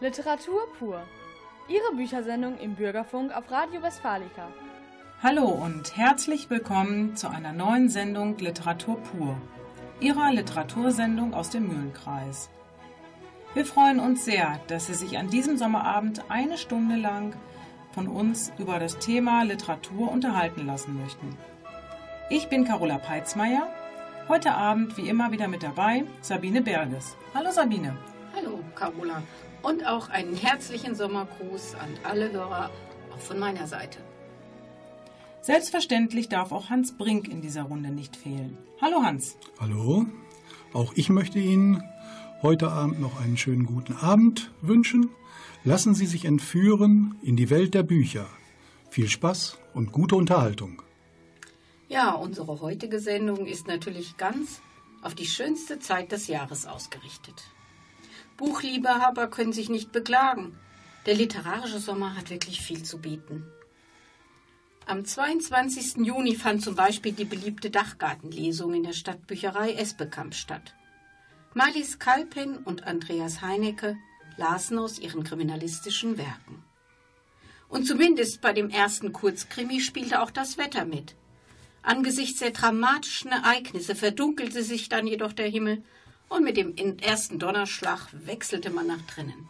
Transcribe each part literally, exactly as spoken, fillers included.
Literatur pur. Ihre Büchersendung im Bürgerfunk auf Radio Westfalica. Hallo und herzlich willkommen zu einer neuen Sendung Literatur pur, Ihrer Literatursendung aus dem Mühlenkreis. Wir freuen uns sehr, dass Sie sich an diesem Sommerabend eine Stunde lang von uns über das Thema Literatur unterhalten lassen möchten. Ich bin Carola Peitzmeier, heute Abend wie immer wieder mit dabei Sabine Berges. Hallo Sabine. Hallo Carola und auch einen herzlichen Sommergruß an alle Hörer, auch von meiner Seite. Selbstverständlich darf auch Hans Brink in dieser Runde nicht fehlen. Hallo Hans. Hallo, auch ich möchte Ihnen heute Abend noch einen schönen guten Abend wünschen. Lassen Sie sich entführen in die Welt der Bücher. Viel Spaß und gute Unterhaltung. Ja, unsere heutige Sendung ist natürlich ganz auf die schönste Zeit des Jahres ausgerichtet. Buchliebhaber können sich nicht beklagen. Der literarische Sommer hat wirklich viel zu bieten. Am zweiundzwanzigsten Juni fand zum Beispiel die beliebte Dachgartenlesung in der Stadtbücherei Esbekamp statt. Marlies Kalpen und Andreas Heinecke lasen aus ihren kriminalistischen Werken. Und zumindest bei dem ersten Kurzkrimi spielte auch das Wetter mit. Angesichts der dramatischen Ereignisse verdunkelte sich dann jedoch der Himmel und mit dem ersten Donnerschlag wechselte man nach drinnen.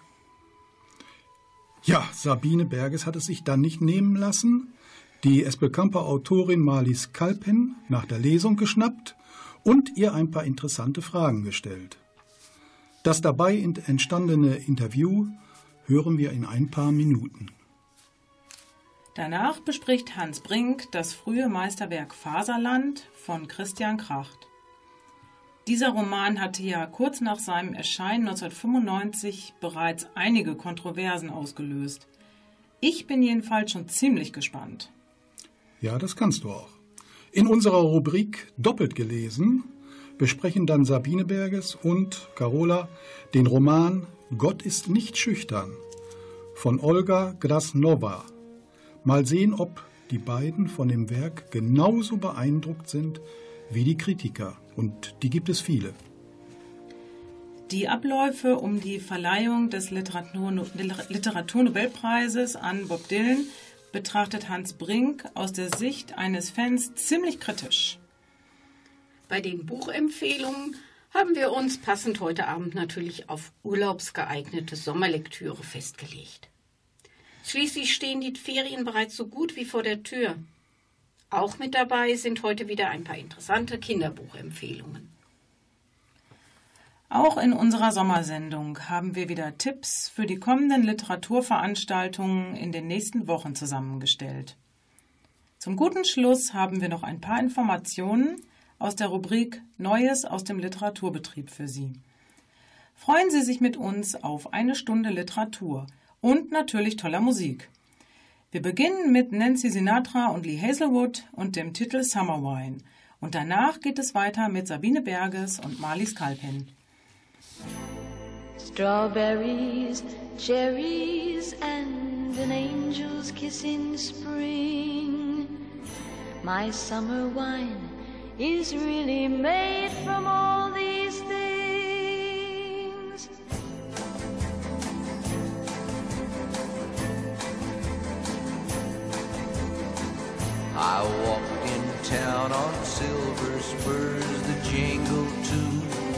Ja, Sabine Berges hat es sich dann nicht nehmen lassen, die Esbekamper Autorin Marlies Kalpen nach der Lesung geschnappt und ihr ein paar interessante Fragen gestellt. Das dabei entstandene Interview hören wir in ein paar Minuten. Danach bespricht Hans Brink das frühe Meisterwerk Faserland von Christian Kracht. Dieser Roman hatte ja kurz nach seinem Erscheinen neunzehnhundertfünfundneunzig bereits einige Kontroversen ausgelöst. Ich bin jedenfalls schon ziemlich gespannt. Ja, das kannst du auch. In unserer Rubrik Doppelt gelesen besprechen dann Sabine Berges und Carola den Roman Gott ist nicht schüchtern von Olga Grasnova. Mal sehen, ob die beiden von dem Werk genauso beeindruckt sind wie die Kritiker. Und die gibt es viele. Die Abläufe um die Verleihung des Literatur- Literaturnobelpreises an Bob Dylan betrachtet Hans Brink aus der Sicht eines Fans ziemlich kritisch. Bei den Buchempfehlungen haben wir uns passend heute Abend natürlich auf urlaubsgeeignete Sommerlektüre festgelegt. Schließlich stehen die Ferien bereits so gut wie vor der Tür. Auch mit dabei sind heute wieder ein paar interessante Kinderbuchempfehlungen. Auch in unserer Sommersendung haben wir wieder Tipps für die kommenden Literaturveranstaltungen in den nächsten Wochen zusammengestellt. Zum guten Schluss haben wir noch ein paar Informationen aus der Rubrik Neues aus dem Literaturbetrieb für Sie. Freuen Sie sich mit uns auf eine Stunde Literatur und natürlich toller Musik. Wir beginnen mit Nancy Sinatra und Lee Hazelwood und dem Titel Summer Wine. Und danach geht es weiter mit Sabine Berges und Marlies Kalpen. Strawberries, cherries and an angel's kiss in spring. My summer wine is really made from all these things. I walked in town on silver spurs that jingle too,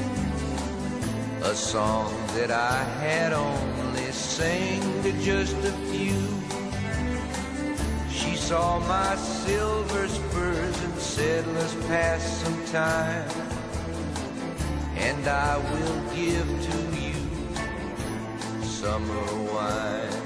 a song that I had only sang to just a few. She saw my silver spurs and said, let's pass some time, and I will give to you summer wine.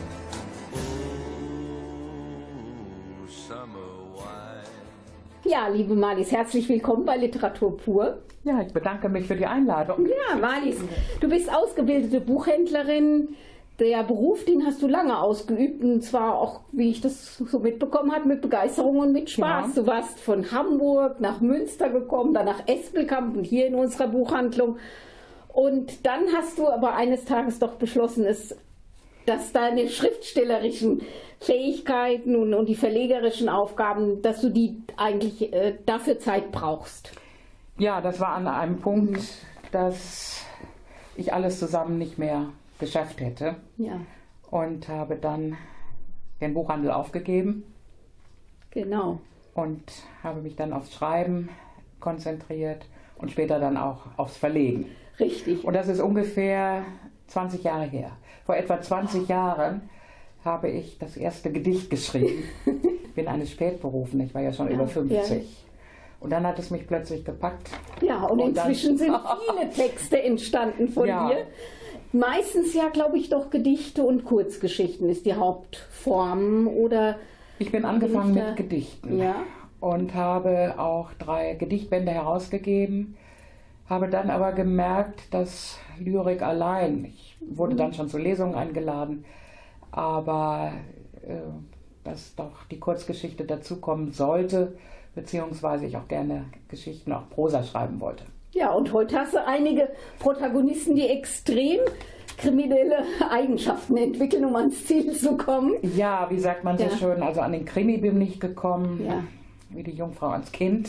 Ja, liebe Marlies, herzlich willkommen bei Literatur pur. Ja, ich bedanke mich für die Einladung. Ja, Marlies, du bist ausgebildete Buchhändlerin. Der Beruf, den hast du lange ausgeübt, und zwar auch, wie ich das so mitbekommen habe, mit Begeisterung und mit Spaß. Genau. Du warst von Hamburg nach Münster gekommen, dann nach Espelkamp und hier in unserer Buchhandlung. Und dann hast du aber eines Tages doch beschlossen, es, dass deine schriftstellerischen Fähigkeiten und, und die verlegerischen Aufgaben, dass du die eigentlich äh, dafür Zeit brauchst. Ja, das war an einem Punkt, dass ich alles zusammen nicht mehr geschafft hätte. Ja. Und habe dann den Buchhandel aufgegeben. Genau. Und habe mich dann aufs Schreiben konzentriert und später dann auch aufs Verlegen. Richtig. Und das ist ungefähr zwanzig Jahre her. Vor etwa zwanzig Jahren habe ich das erste Gedicht geschrieben. Ich bin eine Spätberufene, ich war ja schon ja, über fünfzig. Ja. Und dann hat es mich plötzlich gepackt. Ja, und, und inzwischen sind viele Texte entstanden von ja. dir. Meistens ja, glaube ich, doch Gedichte und Kurzgeschichten ist die Hauptform, oder? Ich bin angefangen Gedichte. mit Gedichten ja. und habe auch drei Gedichtbände herausgegeben, habe dann aber gemerkt, dass Lyrik allein, ich wurde dann schon zu Lesungen eingeladen, aber äh, dass doch die Kurzgeschichte dazukommen sollte, beziehungsweise ich auch gerne Geschichten, auch Prosa schreiben wollte. Ja, und heute hast du einige Protagonisten, die extrem kriminelle Eigenschaften entwickeln, um ans Ziel zu kommen. Ja, wie sagt man so ja. schön, also an den Krimi bin ich gekommen, ja. wie die Jungfrau ans Kind.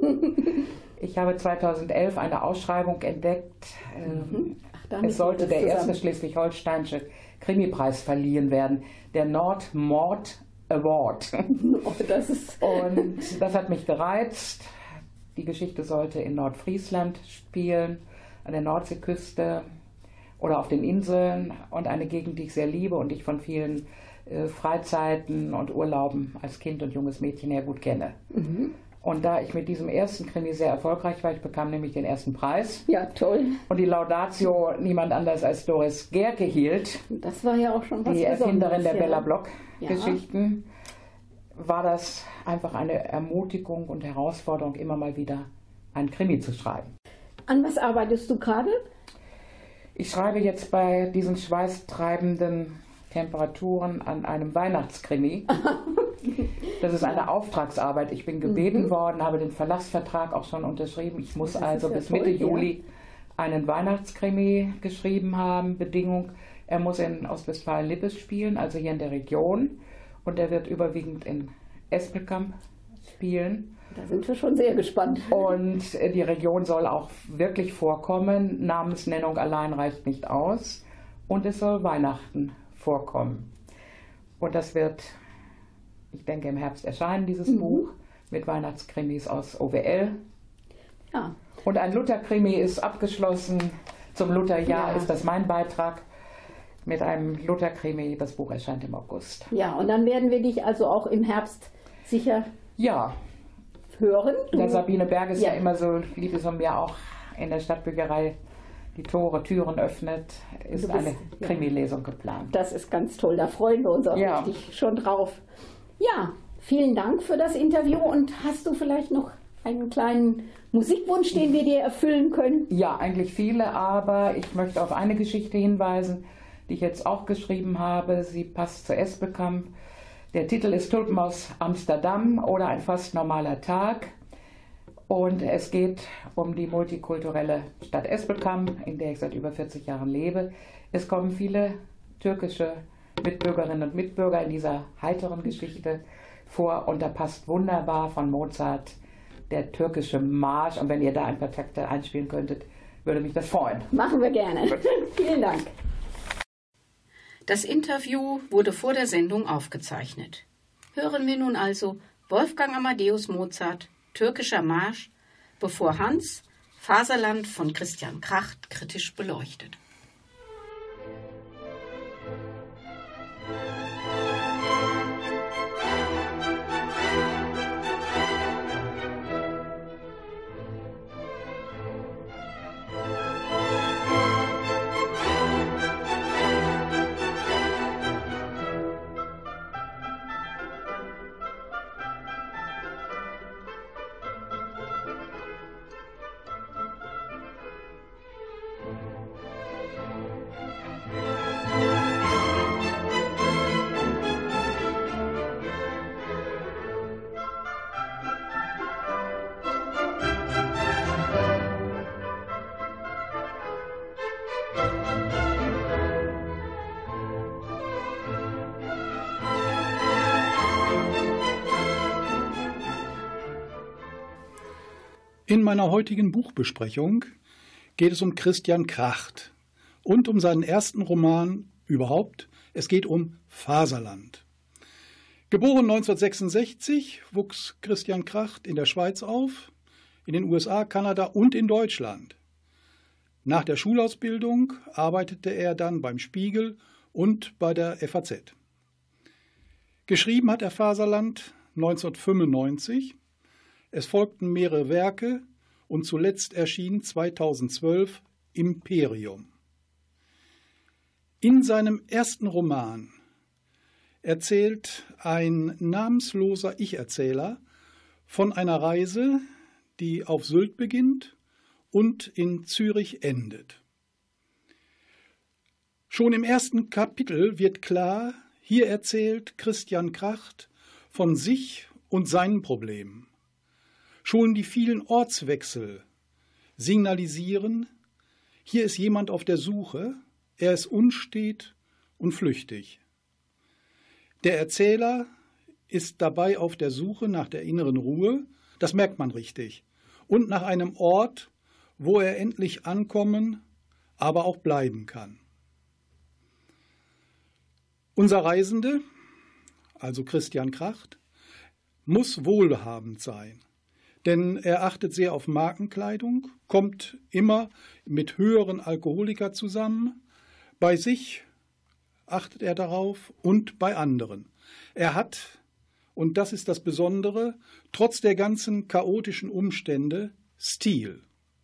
Ich habe zweitausendelf eine Ausschreibung entdeckt. Mhm. Ach, es sollte der zusammen. erste schleswig-holsteinische Krimipreis verliehen werden, der Nordmord Award. Oh, das ist Und das hat mich gereizt. Die Geschichte sollte in Nordfriesland spielen, an der Nordseeküste oder auf den Inseln, und eine Gegend, die ich sehr liebe und ich von vielen äh, Freizeiten und Urlauben als Kind und junges Mädchen her gut kenne. Mhm. Und da ich mit diesem ersten Krimi sehr erfolgreich war, ich bekam nämlich den ersten Preis. Ja, toll. Und die Laudatio niemand anders als Doris Gerke hielt. Das war ja auch schon was Die Erfinderin der ja. Bella Block-Geschichten. Ja. War das einfach eine Ermutigung und Herausforderung, immer mal wieder einen Krimi zu schreiben. An was arbeitest du gerade? Ich schreibe jetzt bei diesen schweißtreibenden Temperaturen an einem Weihnachtskrimi. Das ist eine Auftragsarbeit. Ich bin gebeten mhm. worden, habe den Verlagsvertrag auch schon unterschrieben. Ich muss also ja bis toll, Mitte ja. Juli einen Weihnachtskrimi geschrieben haben. Bedingung, er muss in Ostwestfalen-Lippes spielen, also hier in der Region. Und er wird überwiegend in Espelkamp spielen. Da sind wir schon sehr gespannt. Und die Region soll auch wirklich vorkommen. Namensnennung allein reicht nicht aus. Und es soll Weihnachten vorkommen. Und das wird, ich denke, im Herbst erscheinen, dieses mhm. Buch mit Weihnachtskrimis aus O W L. Ja. Und ein Luther-Krimi ist abgeschlossen. Zum Lutherjahr ja. ist das mein Beitrag. Mit einem Luther-Krimi, das Buch erscheint im August. Ja, und dann werden wir dich also auch im Herbst sicher ja. hören. Da Sabine Berges ja. ja immer so lieb ist und mir auch in der Stadtbücherei die Tore, Türen öffnet, ist bist, eine Krimi-Lesung ja. geplant. Das ist ganz toll, da freuen wir uns auch ja. richtig schon drauf. Ja, vielen Dank für das Interview, und hast du vielleicht noch einen kleinen Musikwunsch, den wir dir erfüllen können? Ja, eigentlich viele, aber ich möchte auf eine Geschichte hinweisen, die ich jetzt auch geschrieben habe. Sie passt zu Espelkamp. Der Titel ist Tulpen aus Amsterdam oder ein fast normaler Tag. Und es geht um die multikulturelle Stadt Espelkamp, in der ich seit über vierzig Jahren lebe. Es kommen viele türkische Mitbürgerinnen und Mitbürger in dieser heiteren Geschichte vor, und da passt wunderbar von Mozart der türkische Marsch. Und wenn ihr da ein paar Takte einspielen könntet, würde mich das freuen. Machen wir gerne. Vielen Dank. Das Interview wurde vor der Sendung aufgezeichnet. Hören wir nun also Wolfgang Amadeus Mozart, Türkischer Marsch, bevor Hans Faserland von Christian Kracht kritisch beleuchtet. In meiner heutigen Buchbesprechung geht es um Christian Kracht und um seinen ersten Roman überhaupt. Es geht um Faserland. Geboren neunzehnhundertsechsundsechzig wuchs Christian Kracht in der Schweiz auf, in den U S A, Kanada und in Deutschland. Nach der Schulausbildung arbeitete er dann beim Spiegel und bei der F A Z. Geschrieben hat er Faserland neunzehnhundertfünfundneunzig. Es folgten mehrere Werke und zuletzt erschien zweitausendzwölf Imperium. In seinem ersten Roman erzählt ein namensloser Ich-Erzähler von einer Reise, die auf Sylt beginnt und in Zürich endet. Schon im ersten Kapitel wird klar, hier erzählt Christian Kracht von sich und seinen Problemen. Schon die vielen Ortswechsel signalisieren, hier ist jemand auf der Suche, er ist unstet und flüchtig. Der Erzähler ist dabei auf der Suche nach der inneren Ruhe, das merkt man richtig, und nach einem Ort, wo er endlich ankommen, aber auch bleiben kann. Unser Reisende, also Christian Kracht, muss wohlhabend sein, denn er achtet sehr auf Markenkleidung, kommt immer mit höheren Alkoholikern zusammen, bei sich achtet er darauf und bei anderen. Er hat, und das ist das Besondere, trotz der ganzen chaotischen Umstände Stil.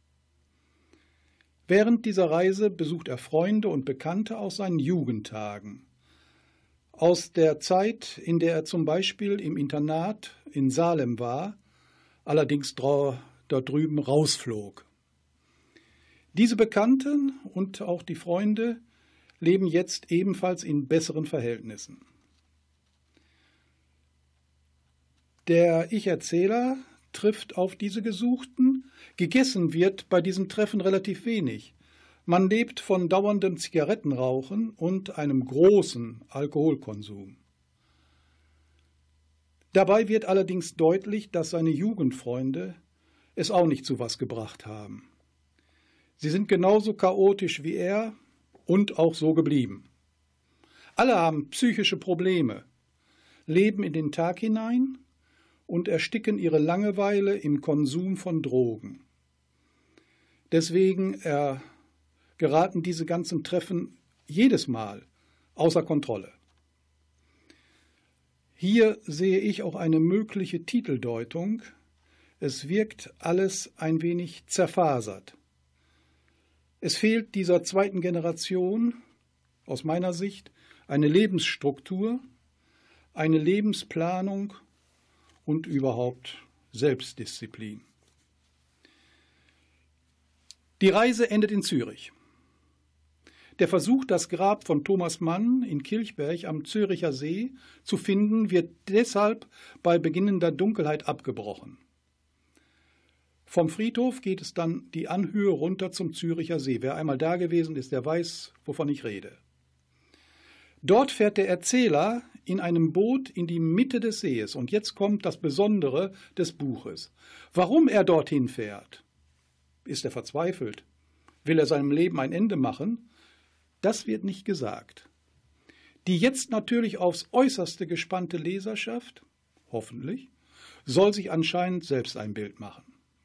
Während dieser Reise besucht er Freunde und Bekannte aus seinen Jugendtagen. Aus der Zeit, in der er zum Beispiel im Internat in Salem war, allerdings dort drüben rausflog. Diese Bekannten und auch die Freunde leben jetzt ebenfalls in besseren Verhältnissen. Der Ich-Erzähler trifft auf diese Gesuchten. Gegessen wird bei diesem Treffen relativ wenig. Man lebt von dauerndem Zigarettenrauchen und einem großen Alkoholkonsum. Dabei wird allerdings deutlich, dass seine Jugendfreunde es auch nicht zu was gebracht haben. Sie sind genauso chaotisch wie er und auch so geblieben. Alle haben psychische Probleme, leben in den Tag hinein und ersticken ihre Langeweile im Konsum von Drogen. Deswegen er, geraten diese ganzen Treffen jedes Mal außer Kontrolle. Hier sehe ich auch eine mögliche Titeldeutung. Es wirkt alles ein wenig zerfasert. Es fehlt dieser zweiten Generation, aus meiner Sicht, eine Lebensstruktur, eine Lebensplanung und überhaupt Selbstdisziplin. Die Reise endet in Zürich. Der Versuch, das Grab von Thomas Mann in Kilchberg am Züricher See zu finden, wird deshalb bei beginnender Dunkelheit abgebrochen. Vom Friedhof geht es dann die Anhöhe runter zum Züricher See. Wer einmal da gewesen ist, der weiß, wovon ich rede. Dort fährt der Erzähler in einem Boot in die Mitte des Sees. Und jetzt kommt das Besondere des Buches. Warum er dorthin fährt? Ist er verzweifelt? Will er seinem Leben ein Ende machen? Das wird nicht gesagt. Die jetzt natürlich aufs Äußerste gespannte Leserschaft, hoffentlich, soll sich anscheinend selbst ein Bild machen.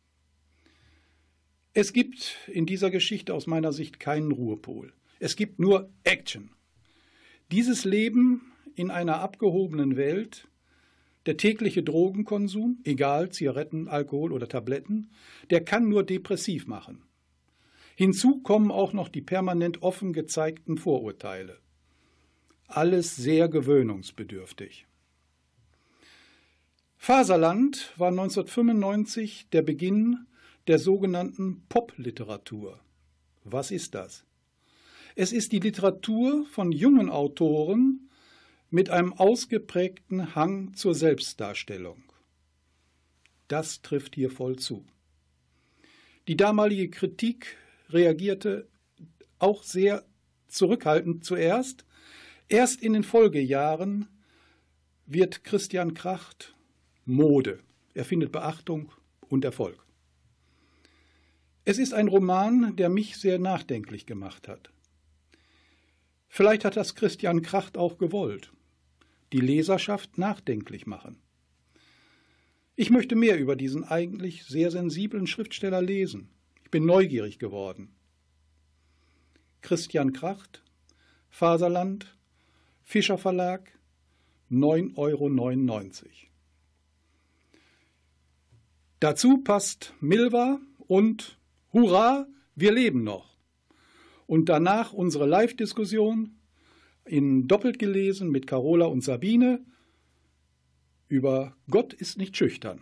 Es gibt in dieser Geschichte aus meiner Sicht keinen Ruhepol. Es gibt nur Action. Dieses Leben in einer abgehobenen Welt, der tägliche Drogenkonsum, egal Zigaretten, Alkohol oder Tabletten, der kann nur depressiv machen. Hinzu kommen auch noch die permanent offen gezeigten Vorurteile. Alles sehr gewöhnungsbedürftig. Faserland war neunzehnhundertfünfundneunzig der Beginn der sogenannten Popliteratur. Was ist das? Es ist die Literatur von jungen Autoren mit einem ausgeprägten Hang zur Selbstdarstellung. Das trifft hier voll zu. Die damalige Kritik reagierte auch sehr zurückhaltend zuerst. Erst in den Folgejahren wird Christian Kracht Mode. Er findet Beachtung und Erfolg. Es ist ein Roman, der mich sehr nachdenklich gemacht hat. Vielleicht hat das Christian Kracht auch gewollt. Die Leserschaft nachdenklich machen. Ich möchte mehr über diesen eigentlich sehr sensiblen Schriftsteller lesen. Ich bin neugierig geworden. Christian Kracht, Faserland, Fischer Verlag, neun Euro neunundneunzig. Dazu passt Milva und Hurra, wir leben noch. Und danach unsere Live-Diskussion in Doppelt gelesen mit Carola und Sabine über Gott ist nicht schüchtern.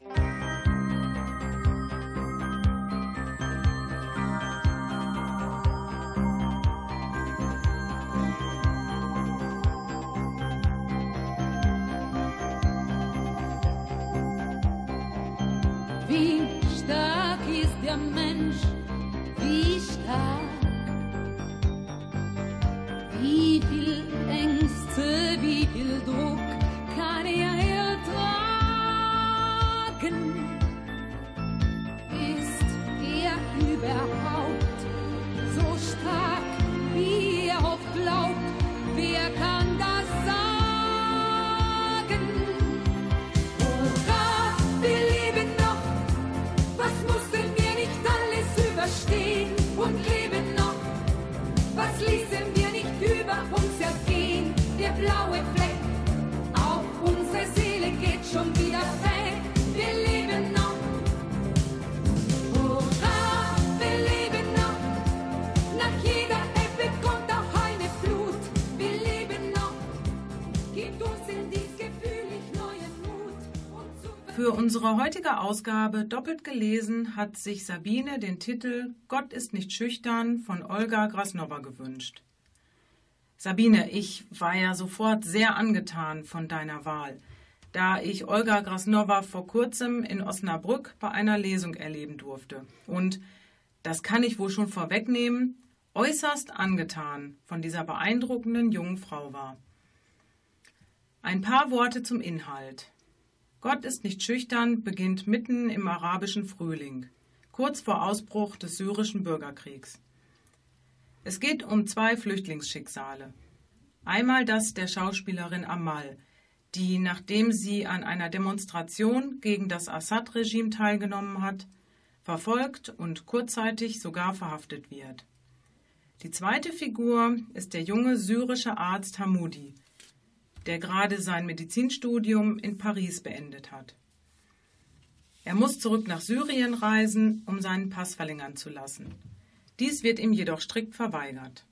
Wie stark ist der Mensch, wie stark. Wie viel Ängste, wie viel Druck kann er ertragen? Ist er überhaupt so stark, wie er oft glaubt? Wer kann das sagen? Hurra, wir leben noch. Was mussten wir nicht alles überstehen und leben noch? Was ließen wir über uns ergehen, der blaue Fleck auf unsere Seele geht schon wieder weg. Wir leben noch, hurra, wir leben noch. Nach jeder Ebbe kommt auch eine Flut. Wir leben noch, gibt uns in dies gefühlig neuen Mut. Und Für unsere heutige Ausgabe Doppelt gelesen hat sich Sabine den Titel Gott ist nicht schüchtern von Olga Grasnowa gewünscht. Sabine, ich war ja sofort sehr angetan von deiner Wahl, da ich Olga Grasnowa vor kurzem in Osnabrück bei einer Lesung erleben durfte. Und, das kann ich wohl schon vorwegnehmen, äußerst angetan von dieser beeindruckenden jungen Frau war. Ein paar Worte zum Inhalt. Gott ist nicht schüchtern beginnt mitten im arabischen Frühling, kurz vor Ausbruch des syrischen Bürgerkriegs. Es geht um zwei Flüchtlingsschicksale. Einmal das der Schauspielerin Amal, die, nachdem sie an einer Demonstration gegen das Assad-Regime teilgenommen hat, verfolgt und kurzzeitig sogar verhaftet wird. Die zweite Figur ist der junge syrische Arzt Hamoudi, der gerade sein Medizinstudium in Paris beendet hat. Er muss zurück nach Syrien reisen, um seinen Pass verlängern zu lassen. Dies wird ihm jedoch strikt verweigert.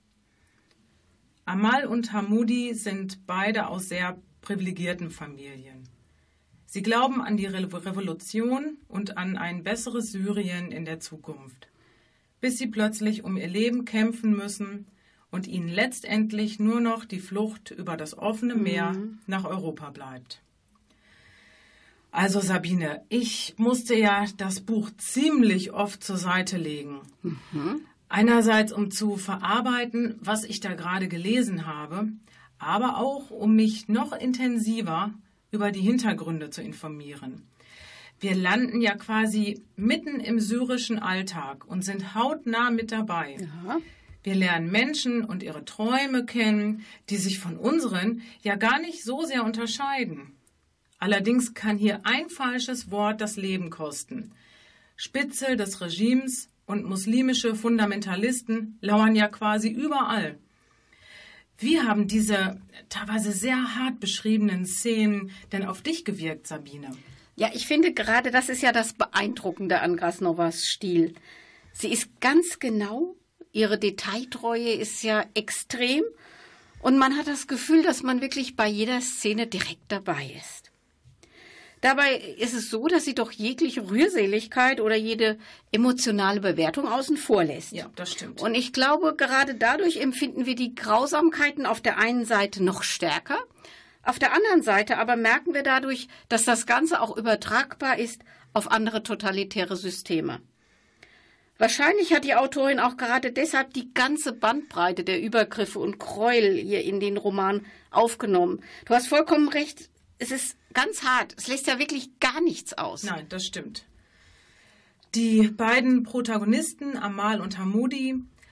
Amal und Hamoudi sind beide aus sehr privilegierten Familien. Sie glauben an die Revolution und an ein besseres Syrien in der Zukunft, bis sie plötzlich um ihr Leben kämpfen müssen und ihnen letztendlich nur noch die Flucht über das offene Meer mhm. nach Europa bleibt. Also Sabine, ich musste ja das Buch ziemlich oft zur Seite legen. Mhm. Einerseits, um zu verarbeiten, was ich da gerade gelesen habe, aber auch, um mich noch intensiver über die Hintergründe zu informieren. Wir landen ja quasi mitten im syrischen Alltag und sind hautnah mit dabei. Ja. Wir lernen Menschen und ihre Träume kennen, die sich von unseren ja gar nicht so sehr unterscheiden. Allerdings kann hier ein falsches Wort das Leben kosten. Spitzel des Regimes und muslimische Fundamentalisten lauern ja quasi überall. Wie haben diese teilweise sehr hart beschriebenen Szenen denn auf dich gewirkt, Sabine? Ja, ich finde gerade, das ist ja das Beeindruckende an Grasnowas Stil. Sie ist ganz genau, ihre Detailtreue ist ja extrem und man hat das Gefühl, dass man wirklich bei jeder Szene direkt dabei ist. Dabei ist es so, dass sie doch jegliche Rührseligkeit oder jede emotionale Bewertung außen vor lässt. Ja, das stimmt. Und ich glaube, gerade dadurch empfinden wir die Grausamkeiten auf der einen Seite noch stärker. Auf der anderen Seite aber merken wir dadurch, dass das Ganze auch übertragbar ist auf andere totalitäre Systeme. Wahrscheinlich hat die Autorin auch gerade deshalb die ganze Bandbreite der Übergriffe und Gräuel hier in den Roman aufgenommen. Du hast vollkommen recht, es ist ganz hart. Es lässt ja wirklich gar nichts aus. Nein, das stimmt. Die beiden Protagonisten, Amal und Hamoudi,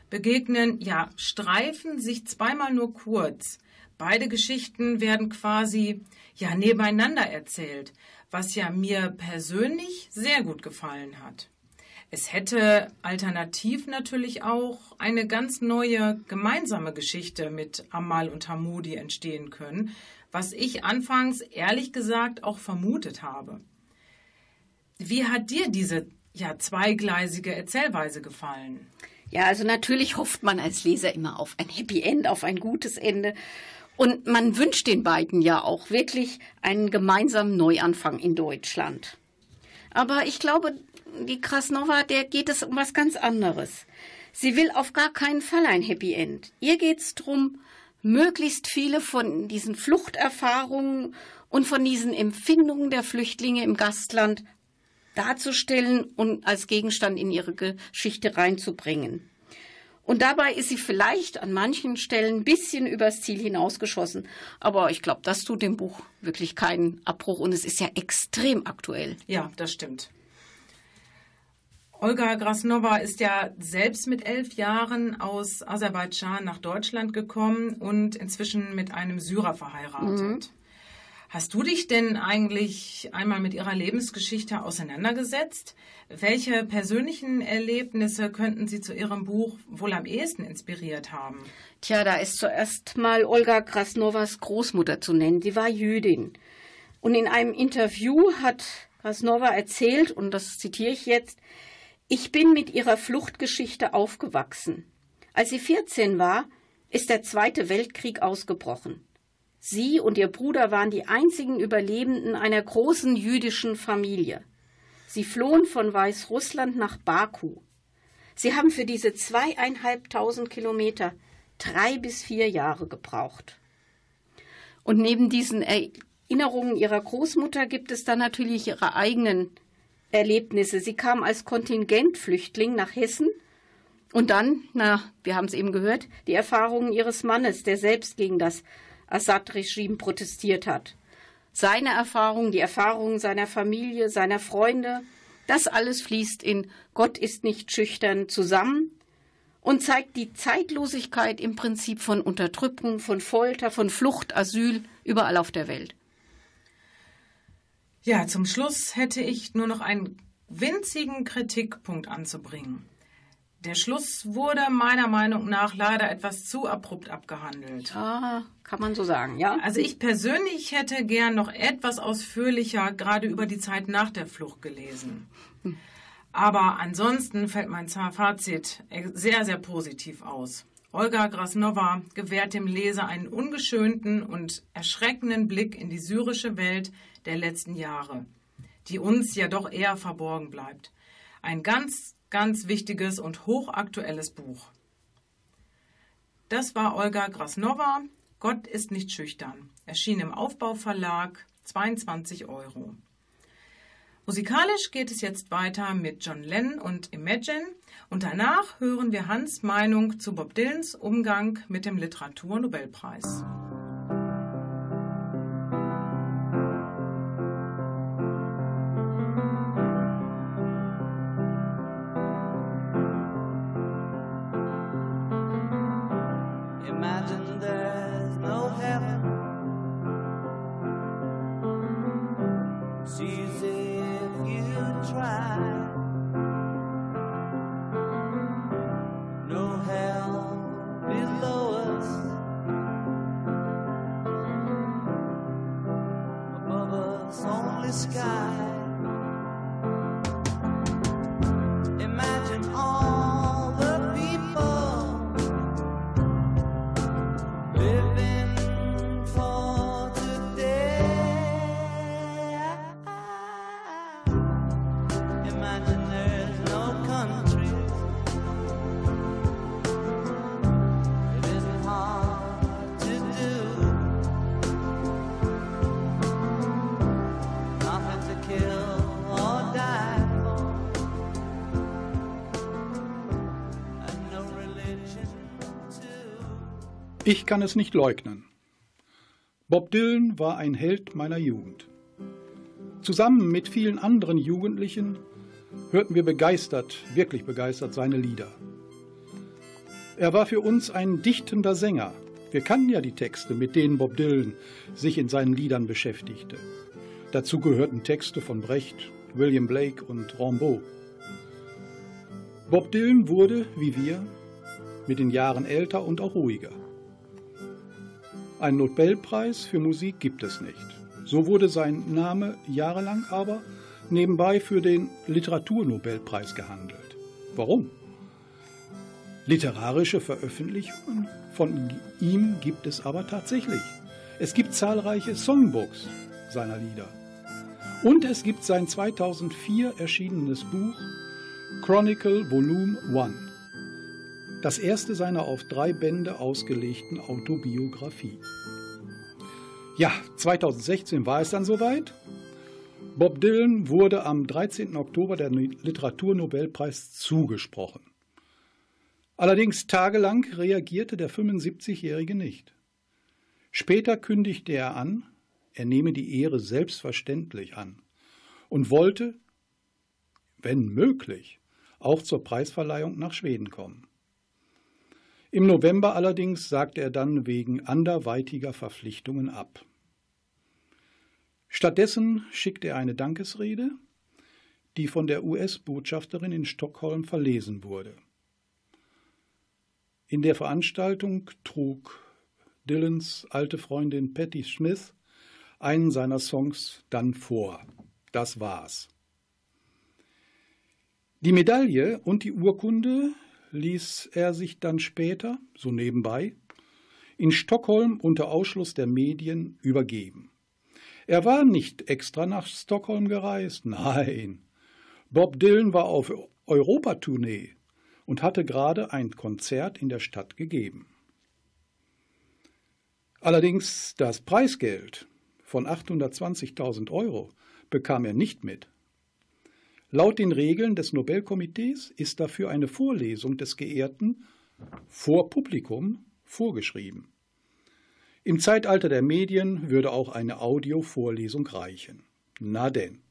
begegnen, ja, streifen sich zweimal nur kurz. Beide Geschichten werden quasi, ja, nebeneinander erzählt, was ja mir persönlich sehr gut gefallen hat. Es hätte alternativ natürlich auch eine ganz neue gemeinsame Geschichte mit Amal und Hamoudi entstehen können, was ich anfangs ehrlich gesagt auch vermutet habe. Wie hat dir diese ja, zweigleisige Erzählweise gefallen? Ja, also natürlich hofft man als Leser immer auf ein Happy End, auf ein gutes Ende. Und man wünscht den beiden ja auch wirklich einen gemeinsamen Neuanfang in Deutschland. Aber ich glaube, die Krasnova, der geht es um was ganz anderes. Sie will auf gar keinen Fall ein Happy End. Ihr geht es darum, möglichst viele von diesen Fluchterfahrungen und von diesen Empfindungen der Flüchtlinge im Gastland darzustellen und als Gegenstand in ihre Geschichte reinzubringen. Und dabei ist sie vielleicht an manchen Stellen ein bisschen übers Ziel hinausgeschossen. Aber ich glaube, das tut dem Buch wirklich keinen Abbruch. Und es ist ja extrem aktuell. Ja, das stimmt. Olga Krasnova ist ja selbst mit elf Jahren aus Aserbaidschan nach Deutschland gekommen und inzwischen mit einem Syrer verheiratet. Mhm. Hast du dich denn eigentlich einmal mit ihrer Lebensgeschichte auseinandergesetzt? Welche persönlichen Erlebnisse könnten Sie zu Ihrem Buch wohl am ehesten inspiriert haben? Tja, da ist zuerst mal Olga Krasnovas Großmutter zu nennen. Sie war Jüdin. Und in einem Interview hat Krasnova erzählt, und das zitiere ich jetzt, ich bin mit ihrer Fluchtgeschichte aufgewachsen. Als sie vierzehn war, ist der Zweite Weltkrieg ausgebrochen. Sie und ihr Bruder waren die einzigen Überlebenden einer großen jüdischen Familie. Sie flohen von Weißrussland nach Baku. Sie haben für diese zweieinhalbtausend Kilometer drei bis vier Jahre gebraucht. Und neben diesen Erinnerungen ihrer Großmutter gibt es dann natürlich ihre eigenen Erlebnisse. Sie kam als Kontingentflüchtling nach Hessen und dann, na, wir haben es eben gehört, die Erfahrungen ihres Mannes, der selbst gegen das Assad-Regime protestiert hat. Seine Erfahrungen, die Erfahrungen seiner Familie, seiner Freunde, das alles fließt in Gott ist nicht schüchtern zusammen und zeigt die Zeitlosigkeit im Prinzip von Unterdrückung, von Folter, von Flucht, Asyl, überall auf der Welt. Ja, zum Schluss hätte ich nur noch einen winzigen Kritikpunkt anzubringen. Der Schluss wurde meiner Meinung nach leider etwas zu abrupt abgehandelt. Ah, kann man so sagen, ja. Also ich persönlich hätte gern noch etwas ausführlicher gerade über die Zeit nach der Flucht gelesen. Aber ansonsten fällt mein Fazit sehr, sehr positiv aus. Olga Krasnova gewährt dem Leser einen ungeschönten und erschreckenden Blick in die syrische Welt der letzten Jahre, die uns ja doch eher verborgen bleibt. Ein ganz, ganz wichtiges und hochaktuelles Buch. Das war Olga Krasnova, Gott ist nicht schüchtern. Erschien im Aufbauverlag, zweiundzwanzig Euro. Musikalisch geht es jetzt weiter mit John Lennon und Imagine und danach hören wir Hans' Meinung zu Bob Dylans Umgang mit dem Literaturnobelpreis. Imagine there's no heaven. See as if you try. No hell below us. Above us only sky. Imagine all the people living for today. Imagine there's no countries. It isn't hard to do. Nothing to kill or die for. And no religion too. Ich kann es nicht leugnen. Bob Dylan war ein Held meiner Jugend. Zusammen mit vielen anderen Jugendlichen hörten wir begeistert, wirklich begeistert seine Lieder. Er war für uns ein dichtender Sänger. Wir kannten ja die Texte, mit denen Bob Dylan sich in seinen Liedern beschäftigte. Dazu gehörten Texte von Brecht, William Blake und Rimbaud. Bob Dylan wurde, wie wir, mit den Jahren älter und auch ruhiger. Einen Nobelpreis für Musik gibt es nicht. So wurde sein Name jahrelang aber nebenbei für den Literaturnobelpreis gehandelt. Warum? Literarische Veröffentlichungen von ihm gibt es aber tatsächlich. Es gibt zahlreiche Songbooks seiner Lieder. Und es gibt sein zweitausendvier erschienenes Buch Chronicle Volume eins. Das erste seiner auf drei Bände ausgelegten Autobiografie. Ja, zweitausendsechzehn war es dann soweit. Bob Dylan wurde am dreizehnten Oktober der Literaturnobelpreis zugesprochen. Allerdings tagelang reagierte der fünfundsiebzigjährige nicht. Später kündigte er an, er nehme die Ehre selbstverständlich an und wollte, wenn möglich, auch zur Preisverleihung nach Schweden kommen. Im November allerdings sagte er dann wegen anderweitiger Verpflichtungen ab. Stattdessen schickte er eine Dankesrede, die von der U S-Botschafterin in Stockholm verlesen wurde. In der Veranstaltung trug Dylans alte Freundin Patti Smith einen seiner Songs dann vor. Das war's. Die Medaille und die Urkunde ließ er sich dann später, so nebenbei, in Stockholm unter Ausschluss der Medien übergeben. Er war nicht extra nach Stockholm gereist, nein. Bob Dylan war auf Europatournee und hatte gerade ein Konzert in der Stadt gegeben. Allerdings das Preisgeld von achthundertzwanzigtausend Euro bekam er nicht mit. Laut den Regeln des Nobelkomitees ist dafür eine Vorlesung des Geehrten vor Publikum vorgeschrieben. Im Zeitalter der Medien würde auch eine Audiovorlesung reichen. Na denn.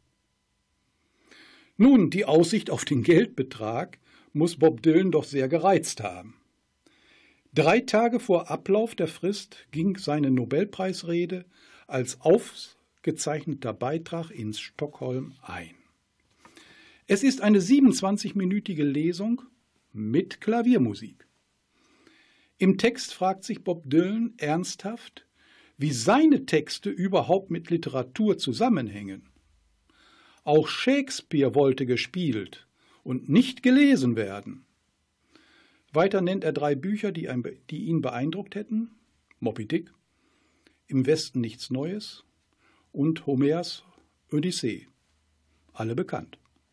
Nun, die Aussicht auf den Geldbetrag muss Bob Dylan doch sehr gereizt haben. Drei Tage vor Ablauf der Frist ging seine Nobelpreisrede als aufgezeichneter Beitrag in Stockholm ein. Es ist eine siebenundzwanzigminütige Lesung mit Klaviermusik. Im Text fragt sich Bob Dylan ernsthaft, wie seine Texte überhaupt mit Literatur zusammenhängen. Auch Shakespeare wollte gespielt und nicht gelesen werden. Weiter nennt er drei Bücher, die, ein, die ihn beeindruckt hätten: Moby Dick, Im Westen nichts Neues und Homers Odyssee. Alle bekannt.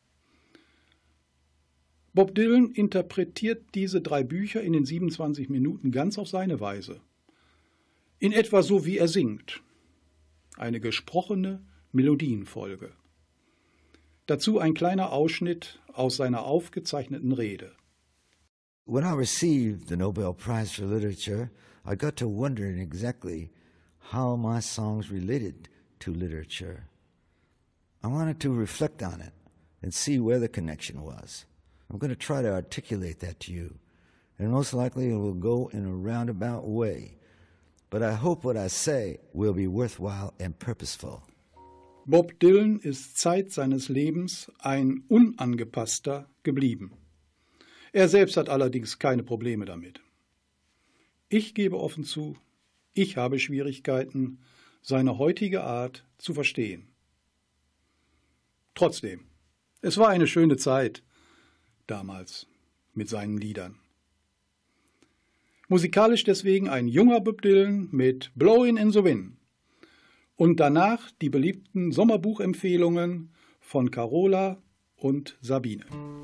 Bob Dylan interpretiert diese drei Bücher in den siebenundzwanzig Minuten ganz auf seine Weise. In etwa so, wie er singt. Eine gesprochene Melodienfolge. Dazu ein kleiner Ausschnitt aus seiner aufgezeichneten Rede. When I received the Nobel Prize for Literature, I got to wondering exactly how my songs related to literature. I wanted to reflect on it and see where the connection was. I'm going to try to articulate that to you, and most likely it will go in a roundabout way. But I hope what I say will be worthwhile and purposeful. Bob Dylan ist Zeit seines Lebens ein Unangepasster geblieben. Er selbst hat allerdings keine Probleme damit. Ich gebe offen zu, ich habe Schwierigkeiten, seine heutige Art zu verstehen. Trotzdem, es war eine schöne Zeit damals mit seinen Liedern. Musikalisch deswegen ein junger Bob Dylan mit Blowin' in the Wind und danach die beliebten Sommerbuchempfehlungen von Carola und Sabine.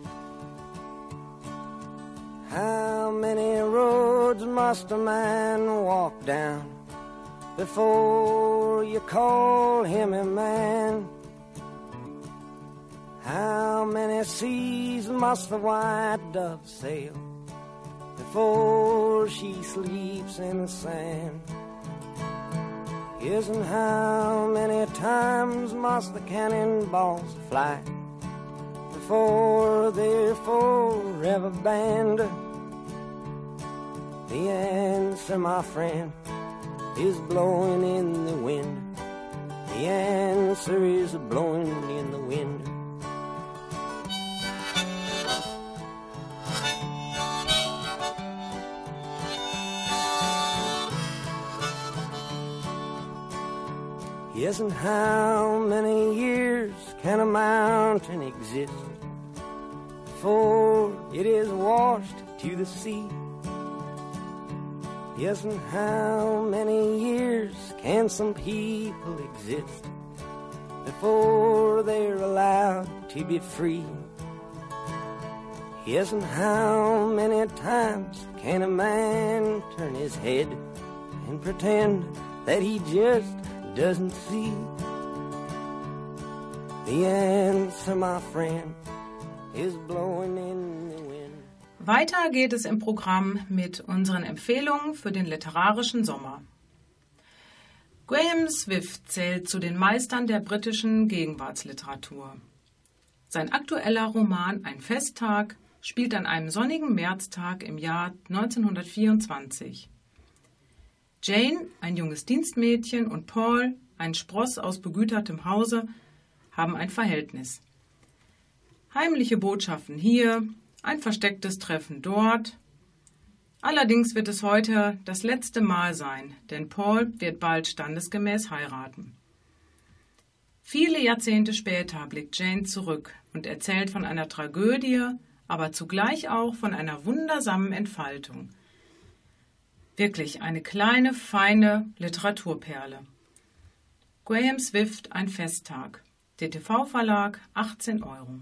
How many roads must a man walk down before you call him a man? How many seas must the white dove sail before she sleeps in the sand? Yes, and how many times must the cannonballs fly before they're forever banned? The answer, my friend, is blowing in the wind. The answer is blowing in the wind. Yes, and how many years can a mountain exist before it is washed to the sea? Yes, and how many years can some people exist before they're allowed to be free? Yes, and how many times can a man turn his head and pretend that he just doesn't see? The answer, my friend, is blowing in the wind. Weiter geht es im Programm mit unseren Empfehlungen für den literarischen Sommer. Graham Swift zählt zu den Meistern der britischen Gegenwartsliteratur. Sein aktueller Roman Ein Festtag spielt an einem sonnigen Märztag im Jahr neunzehnhundertvierundzwanzig. Jane, ein junges Dienstmädchen, und Paul, ein Spross aus begütertem Hause, haben ein Verhältnis. Heimliche Botschaften hier, ein verstecktes Treffen dort. Allerdings wird es heute das letzte Mal sein, denn Paul wird bald standesgemäß heiraten. Viele Jahrzehnte später blickt Jane zurück und erzählt von einer Tragödie, aber zugleich auch von einer wundersamen Entfaltung. Wirklich eine kleine, feine Literaturperle. Graham Swift, Ein Festtag. D T V-Verlag, achtzehn Euro.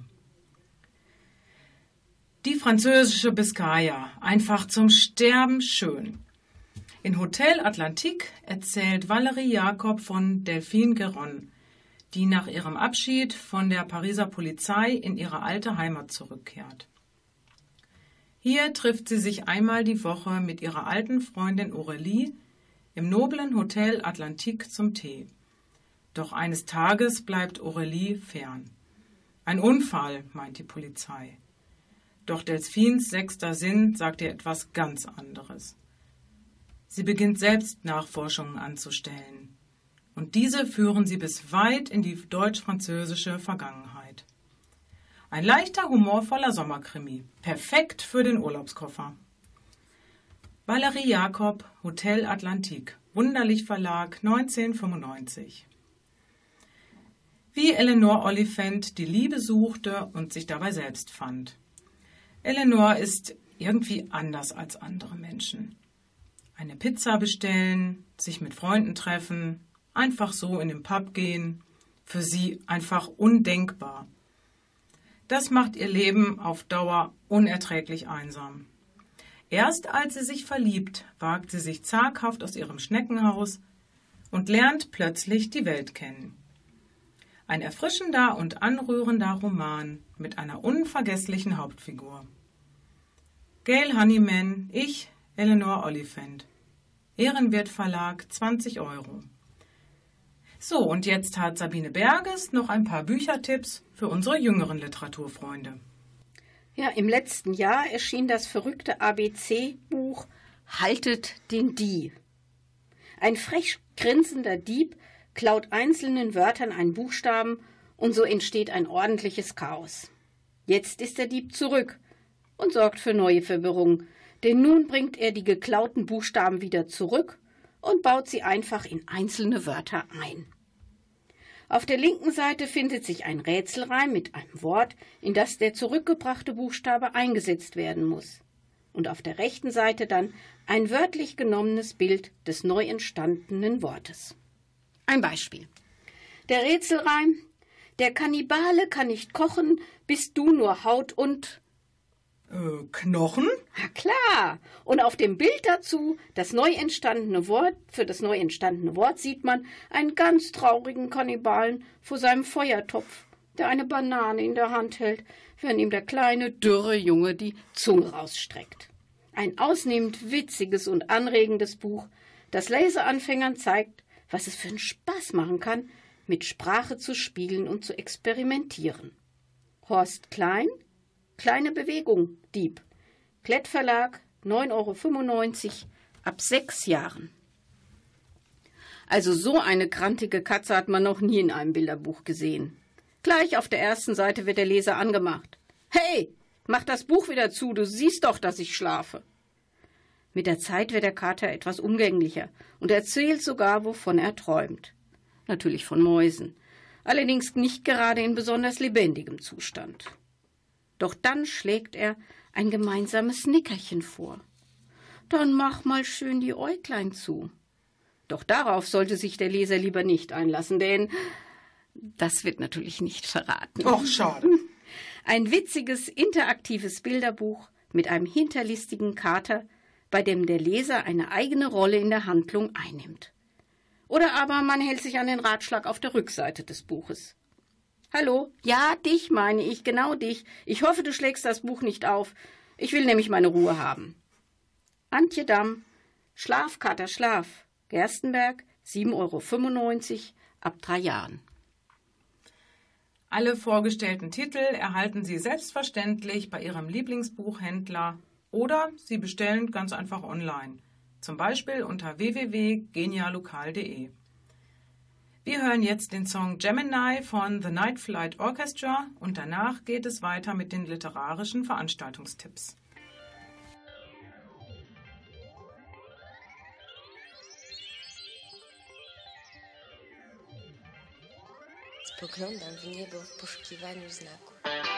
Die französische Biskaya, einfach zum Sterben schön. In Hotel Atlantique erzählt Valerie Jacob von Delphine Guéron, die nach ihrem Abschied von der Pariser Polizei in ihre alte Heimat zurückkehrt. Hier trifft sie sich einmal die Woche mit ihrer alten Freundin Aurélie im noblen Hotel Atlantique zum Tee. Doch eines Tages bleibt Aurélie fern. Ein Unfall, meint die Polizei. Doch Delphines sechster Sinn sagt ihr etwas ganz anderes. Sie beginnt selbst Nachforschungen anzustellen. Und diese führen sie bis weit in die deutsch-französische Vergangenheit. Ein leichter, humorvoller Sommerkrimi. Perfekt für den Urlaubskoffer. Valerie Jacob, Hotel Atlantique. Wunderlich Verlag, neunzehnhundertfünfundneunzig. Wie Eleanor Oliphant die Liebe suchte und sich dabei selbst fand. Eleanor ist irgendwie anders als andere Menschen. Eine Pizza bestellen, sich mit Freunden treffen, einfach so in den Pub gehen, für sie einfach undenkbar. Das macht ihr Leben auf Dauer unerträglich einsam. Erst als sie sich verliebt, wagt sie sich zaghaft aus ihrem Schneckenhaus und lernt plötzlich die Welt kennen. Ein erfrischender und anrührender Roman mit einer unvergesslichen Hauptfigur. Gail Honeyman, ich, Eleanor Oliphant. Ehrenwert Verlag, zwanzig Euro. So, und jetzt hat Sabine Berges noch ein paar Büchertipps für unsere jüngeren Literaturfreunde. Ja, im letzten Jahr erschien das verrückte A B C-Buch Haltet den Dieb. Ein frech grinsender Dieb klaut einzelnen Wörtern einen Buchstaben und so entsteht ein ordentliches Chaos. Jetzt ist der Dieb zurück und sorgt für neue Verwirrung, denn nun bringt er die geklauten Buchstaben wieder zurück und baut sie einfach in einzelne Wörter ein. Auf der linken Seite findet sich ein Rätselreim mit einem Wort, in das der zurückgebrachte Buchstabe eingesetzt werden muss. Und auf der rechten Seite dann ein wörtlich genommenes Bild des neu entstandenen Wortes. Ein Beispiel. Der Rätselreim: Der Kannibale kann nicht kochen, bist du nur Haut und Äh, Knochen? Na klar. Und auf dem Bild dazu, das neu entstandene Wort, für das neu entstandene Wort sieht man einen ganz traurigen Kannibalen vor seinem Feuertopf, der eine Banane in der Hand hält, während ihm der kleine, dürre Junge die Zunge rausstreckt. Ein ausnehmend witziges und anregendes Buch, das Leseanfängern zeigt, was es für einen Spaß machen kann, mit Sprache zu spielen und zu experimentieren. Horst Klein, Kleine Bewegung, Dieb. Klett Verlag, neun Euro fünfundneunzig, ab sechs Jahren. Also so eine krantige Katze hat man noch nie in einem Bilderbuch gesehen. Gleich auf der ersten Seite wird der Leser angemacht. »Hey, mach das Buch wieder zu, du siehst doch, dass ich schlafe.« Mit der Zeit wird der Kater etwas umgänglicher und erzählt sogar, wovon er träumt. Natürlich von Mäusen, allerdings nicht gerade in besonders lebendigem Zustand. Doch dann schlägt er ein gemeinsames Nickerchen vor. »Dann mach mal schön die Äuglein zu.« Doch darauf sollte sich der Leser lieber nicht einlassen, denn das wird natürlich nicht verraten. Och, schade. Ein witziges, interaktives Bilderbuch mit einem hinterlistigen Kater, bei dem der Leser eine eigene Rolle in der Handlung einnimmt. Oder aber man hält sich an den Ratschlag auf der Rückseite des Buches. »Hallo, ja, dich meine ich, genau dich. Ich hoffe, du schlägst das Buch nicht auf. Ich will nämlich meine Ruhe haben.« Antje Damm, Schlaf, Kater, Schlaf. Gerstenberg, sieben Euro fünfundneunzig, ab drei Jahren. Alle vorgestellten Titel erhalten Sie selbstverständlich bei Ihrem Lieblingsbuchhändler oder Sie bestellen ganz einfach online, zum Beispiel unter w w w punkt genialokal punkt de. Wir hören jetzt den Song Gemini von The Night Flight Orchestra und danach geht es weiter mit den literarischen Veranstaltungstipps. Spoglądam w niebo w poszukiwaniu znaku.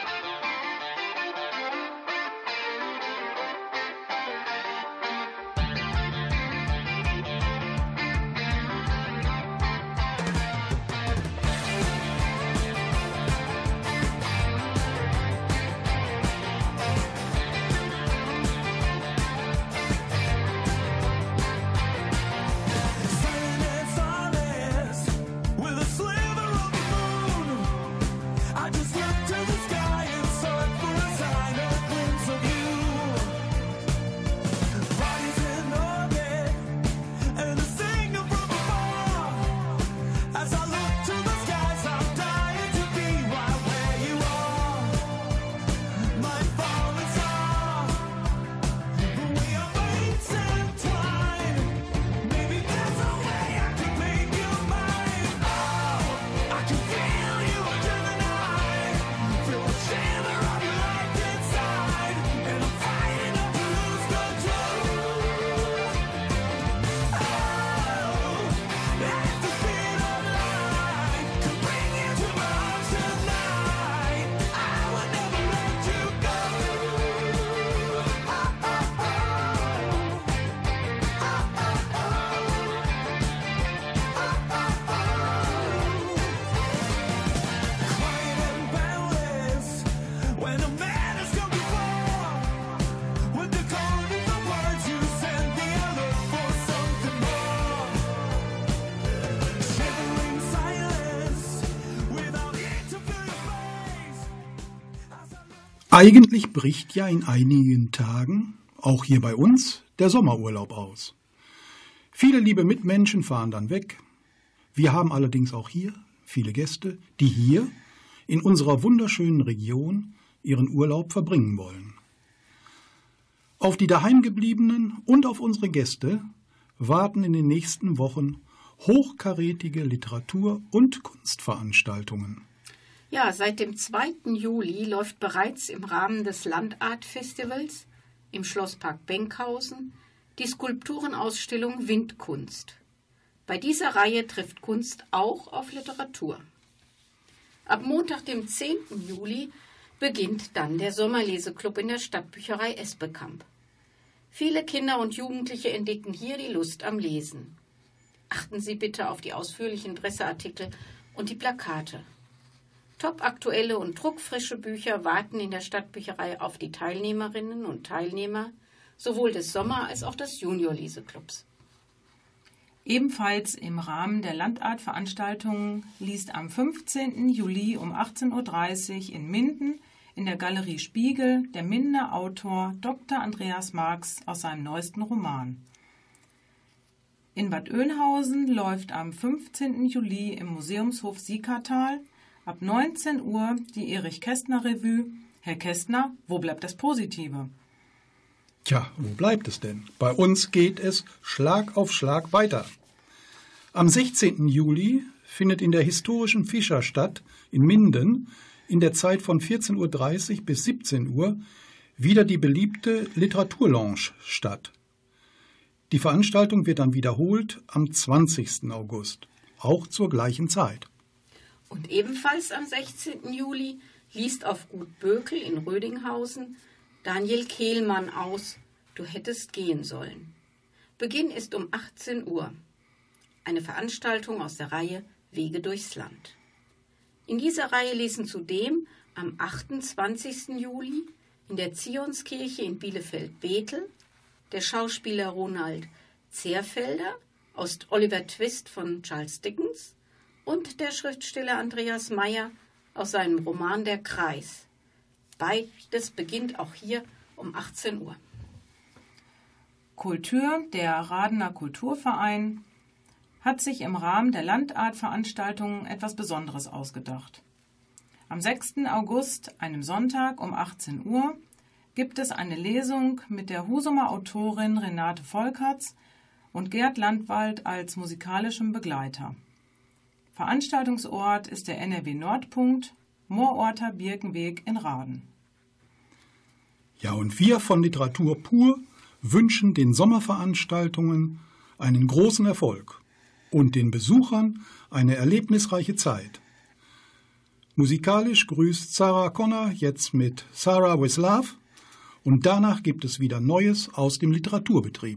Eigentlich bricht ja in einigen Tagen, auch hier bei uns, der Sommerurlaub aus. Viele liebe Mitmenschen fahren dann weg. Wir haben allerdings auch hier viele Gäste, die hier in unserer wunderschönen Region ihren Urlaub verbringen wollen. Auf die Daheimgebliebenen und auf unsere Gäste warten in den nächsten Wochen hochkarätige Literatur- und Kunstveranstaltungen. Ja, seit dem zweiten Juli läuft bereits im Rahmen des Landart-Festivals im Schlosspark Benkhausen die Skulpturenausstellung Windkunst. Bei dieser Reihe trifft Kunst auch auf Literatur. Ab Montag, dem zehnten Juli, beginnt dann der Sommerleseklub in der Stadtbücherei Esbekamp. Viele Kinder und Jugendliche entdecken hier die Lust am Lesen. Achten Sie bitte auf die ausführlichen Presseartikel und die Plakate. Topaktuelle und druckfrische Bücher warten in der Stadtbücherei auf die Teilnehmerinnen und Teilnehmer sowohl des Sommer- als auch des Junior-Leseklubs. Ebenfalls im Rahmen der Landart-Veranstaltungen liest am fünfzehnten Juli um achtzehn Uhr dreißig in Minden in der Galerie Spiegel der Mindener Autor Doktor Andreas Marx aus seinem neuesten Roman. In Bad Oeynhausen läuft am fünfzehnten Juli im Museumshof Siekertal ab neunzehn Uhr die Erich-Kästner-Revue »Herr Kästner, wo bleibt das Positive?«. Tja, wo bleibt es denn? Bei uns geht es Schlag auf Schlag weiter. Am sechzehnten Juli findet in der historischen Fischerstadt in Minden in der Zeit von vierzehn Uhr dreißig bis siebzehn Uhr wieder die beliebte Literaturlounge statt. Die Veranstaltung wird dann wiederholt am zwanzigsten August, auch zur gleichen Zeit. Und ebenfalls am sechzehnten Juli liest auf Gut Bökel in Rödinghausen Daniel Kehlmann aus »Du hättest gehen sollen«. Beginn ist um achtzehn Uhr. Eine Veranstaltung aus der Reihe Wege durchs Land. In dieser Reihe lesen zudem am achtundzwanzigsten Juli in der Zionskirche in Bielefeld-Bethel der Schauspieler Ronald Zehrfelder aus Oliver Twist von Charles Dickens und der Schriftsteller Andreas Meier aus seinem Roman Der Kreis. Beides beginnt auch hier um achtzehn Uhr. Kultur, der Radener Kulturverein, hat sich im Rahmen der Landartveranstaltungen etwas Besonderes ausgedacht. Am sechsten August, einem Sonntag um achtzehn Uhr, gibt es eine Lesung mit der Husumer Autorin Renate Volkerts und Gerd Landwald als musikalischem Begleiter. Veranstaltungsort ist der N R W-Nordpunkt, Moororter Birkenweg in Raden. Ja, und wir von Literatur pur wünschen den Sommerveranstaltungen einen großen Erfolg und den Besuchern eine erlebnisreiche Zeit. Musikalisch grüßt Sarah Connor jetzt mit Sarah with Love und danach gibt es wieder Neues aus dem Literaturbetrieb.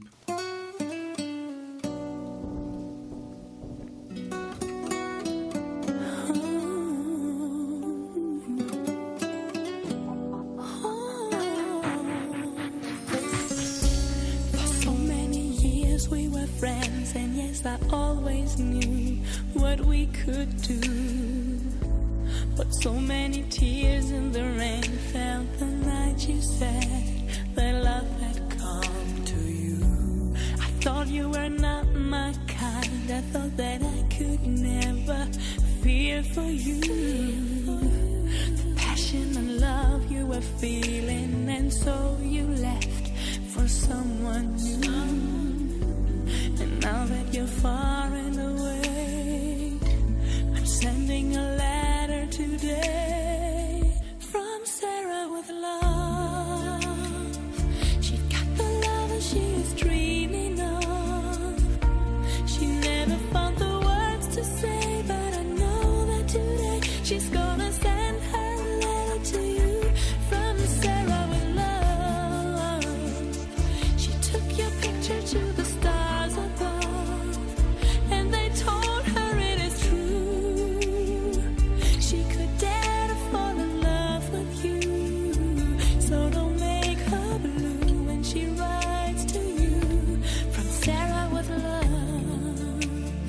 I always knew what we could do, but so many tears in the rain fell the night you said that love had come to you. I thought you were not my kind, I thought that I could never feel for you the passion and love you were feeling, and so you left for someone new. And now that you're far and away, I'm sending a letter today from Sarah with love. She got the love that she is dreaming of. She never found the words to say, but I know that today she's gonna send her letter to you from Sarah with love. She took your picture to the stars above, and they told her it is true. She could dare to fall in love with you, so don't make her blue when she writes to you from Sarah with love.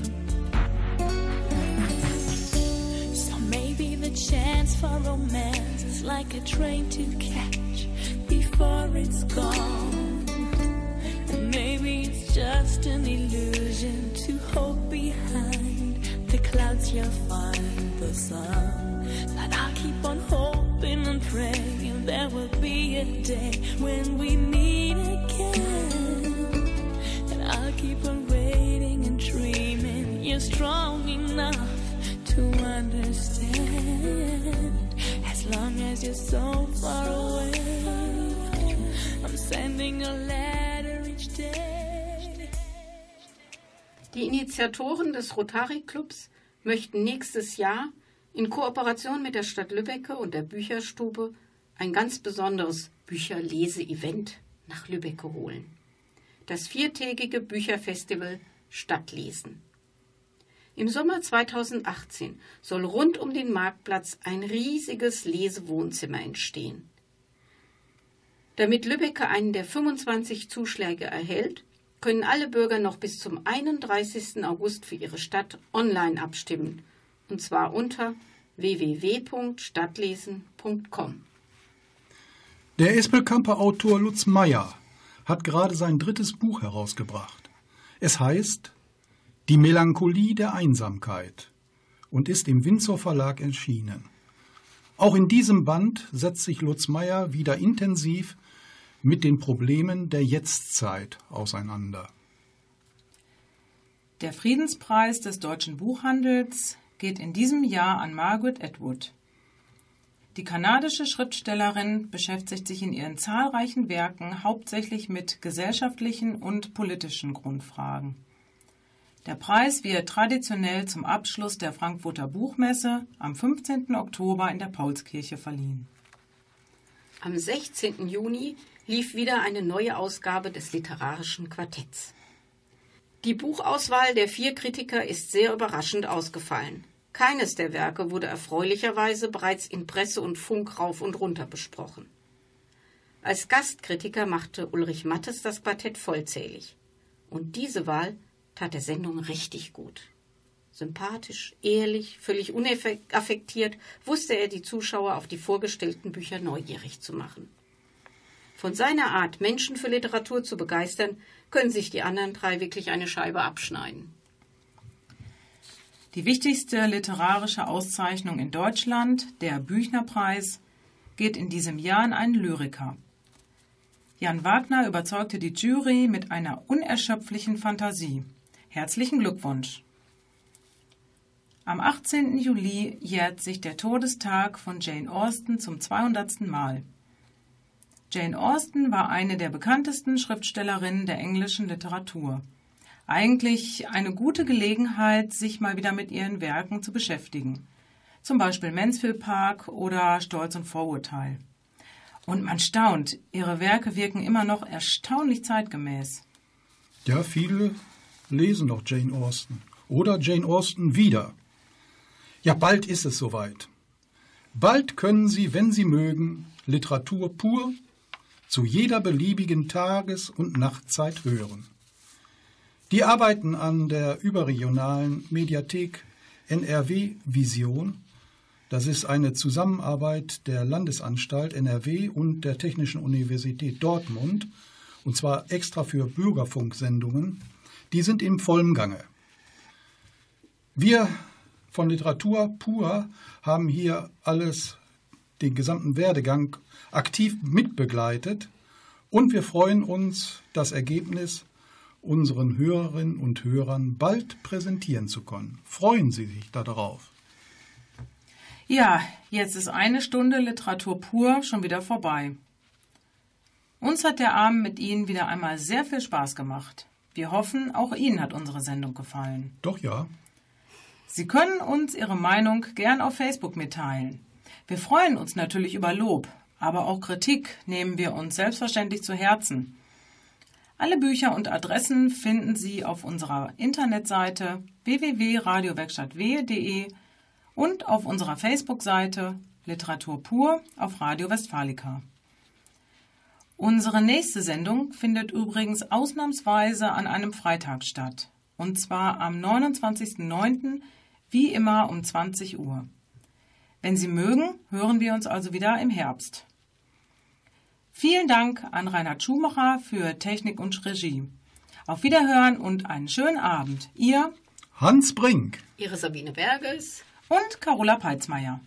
So maybe the chance for romance is like a train to catch before it's gone. And maybe it's just an illusion to hope behind the clouds you'll find the sun. But I'll keep on hoping and praying there will be a day when we meet again. And I'll keep on waiting and dreaming you're strong enough to understand. As long as you're so far away, I'm sending a letter each day. Die Initiatoren des Rotary Clubs möchten nächstes Jahr in Kooperation mit der Stadt Lübbecke und der Bücherstube ein ganz besonderes Bücherlese-Event nach Lübbecke holen. Das viertägige Bücherfestival Stadtlesen. Im Sommer zweitausendachtzehn soll rund um den Marktplatz ein riesiges Lesewohnzimmer entstehen. Damit Lübbecke einen der fünfundzwanzig Zuschläge erhält, können alle Bürger noch bis zum einunddreißigsten August für ihre Stadt online abstimmen, und zwar unter w w w punkt stadtlesen punkt com. Der Espelkamper Autor Lutz Meyer hat gerade sein drittes Buch herausgebracht. Es heißt Die Melancholie der Einsamkeit und ist im Windsor Verlag erschienen. Auch in diesem Band setzt sich Lutz Meyer wieder intensiv mit den Problemen der Jetztzeit auseinander. Der Friedenspreis des deutschen Buchhandels geht in diesem Jahr an Margaret Atwood. Die kanadische Schriftstellerin beschäftigt sich in ihren zahlreichen Werken hauptsächlich mit gesellschaftlichen und politischen Grundfragen. Der Preis wird traditionell zum Abschluss der Frankfurter Buchmesse am fünfzehnten Oktober in der Paulskirche verliehen. Am sechzehnten Juni lief wieder eine neue Ausgabe des Literarischen Quartetts. Die Buchauswahl der vier Kritiker ist sehr überraschend ausgefallen. Keines der Werke wurde erfreulicherweise bereits in Presse und Funk rauf und runter besprochen. Als Gastkritiker machte Ulrich Mattes das Quartett vollzählig. Und diese Wahl tat der Sendung richtig gut. Sympathisch, ehrlich, völlig unaffektiert wusste er, die Zuschauer auf die vorgestellten Bücher neugierig zu machen. Von seiner Art, Menschen für Literatur zu begeistern, können sich die anderen drei wirklich eine Scheibe abschneiden. Die wichtigste literarische Auszeichnung in Deutschland, der Büchnerpreis, geht in diesem Jahr an einen Lyriker. Jan Wagner überzeugte die Jury mit einer unerschöpflichen Fantasie. Herzlichen Glückwunsch! Am achtzehnten Juli jährt sich der Todestag von Jane Austen zum zweihundertsten Mal. Jane Austen war eine der bekanntesten Schriftstellerinnen der englischen Literatur. Eigentlich eine gute Gelegenheit, sich mal wieder mit ihren Werken zu beschäftigen. Zum Beispiel Mansfield Park oder Stolz und Vorurteil. Und man staunt, ihre Werke wirken immer noch erstaunlich zeitgemäß. Ja, viele lesen noch Jane Austen. Oder Jane Austen wieder. Ja, bald ist es soweit. Bald können Sie, wenn Sie mögen, Literatur pur zu jeder beliebigen Tages- und Nachtzeit hören. Die Arbeiten an der überregionalen Mediathek N R W Vision, das ist eine Zusammenarbeit der Landesanstalt N R W und der Technischen Universität Dortmund, und zwar extra für Bürgerfunksendungen, die sind im vollen Gange. Wir von Literatur pur haben hier alles, den gesamten Werdegang aktiv mitbegleitet, und wir freuen uns, das Ergebnis unseren Hörerinnen und Hörern bald präsentieren zu können. Freuen Sie sich darauf. Ja, jetzt ist eine Stunde Literatur pur schon wieder vorbei. Uns hat der Abend mit Ihnen wieder einmal sehr viel Spaß gemacht. Wir hoffen, auch Ihnen hat unsere Sendung gefallen. Doch, ja. Sie können uns Ihre Meinung gern auf Facebook mitteilen. Wir freuen uns natürlich über Lob, aber auch Kritik nehmen wir uns selbstverständlich zu Herzen. Alle Bücher und Adressen finden Sie auf unserer Internetseite w w w punkt radiowerkstatt wehe punkt de und auf unserer Facebook-Seite Literatur pur auf Radio Westfalica. Unsere nächste Sendung findet übrigens ausnahmsweise an einem Freitag statt, und zwar am neunundzwanzigsten neunten wie immer um zwanzig Uhr. Wenn Sie mögen, hören wir uns also wieder im Herbst. Vielen Dank an Reinhard Schumacher für Technik und Regie. Auf Wiederhören und einen schönen Abend. Ihr Hans Brink, Ihre Sabine Berges und Carola Peitzmeier.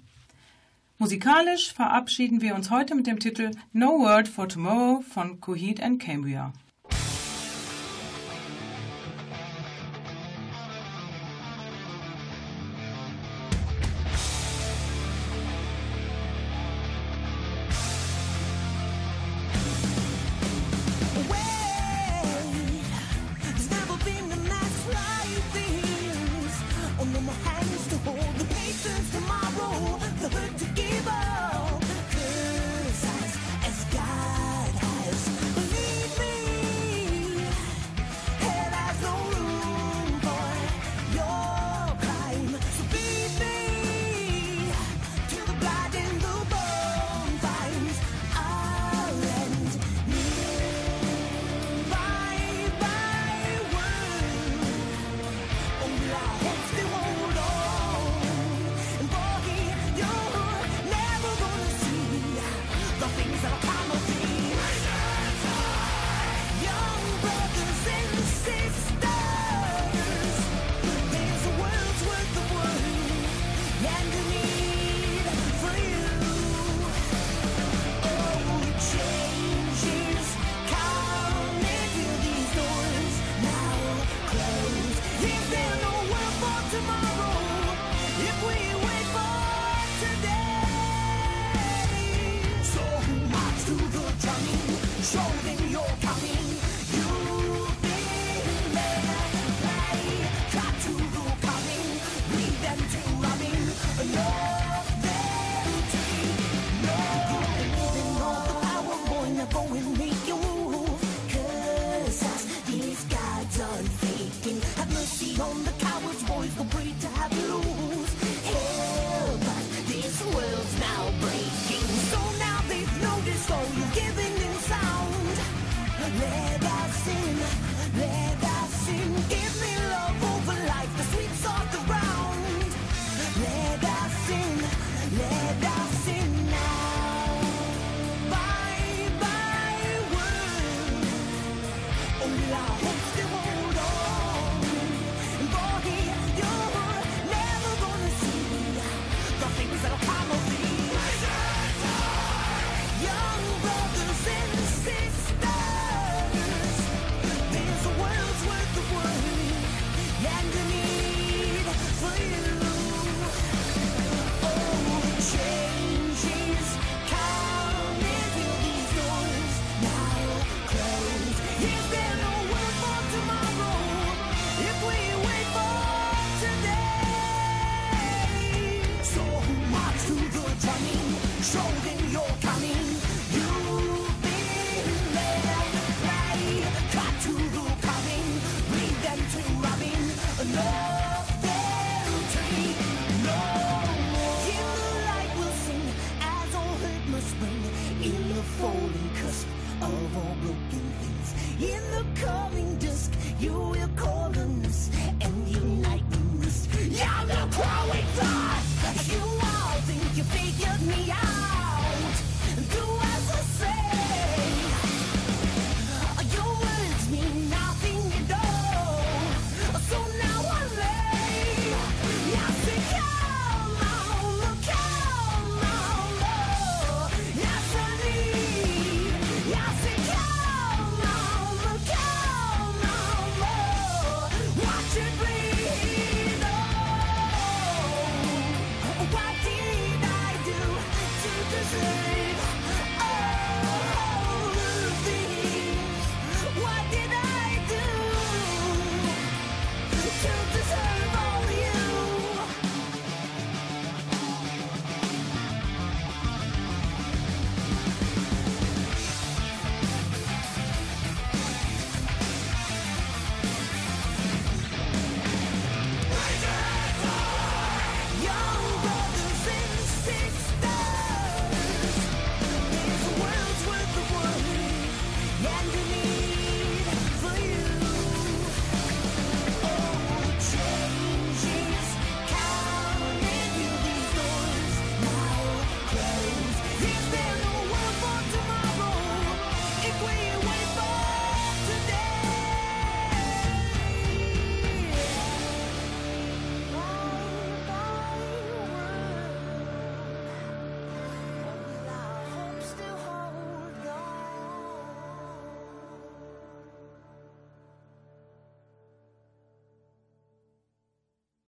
Musikalisch verabschieden wir uns heute mit dem Titel No Word for Tomorrow von Coheed and Cambria.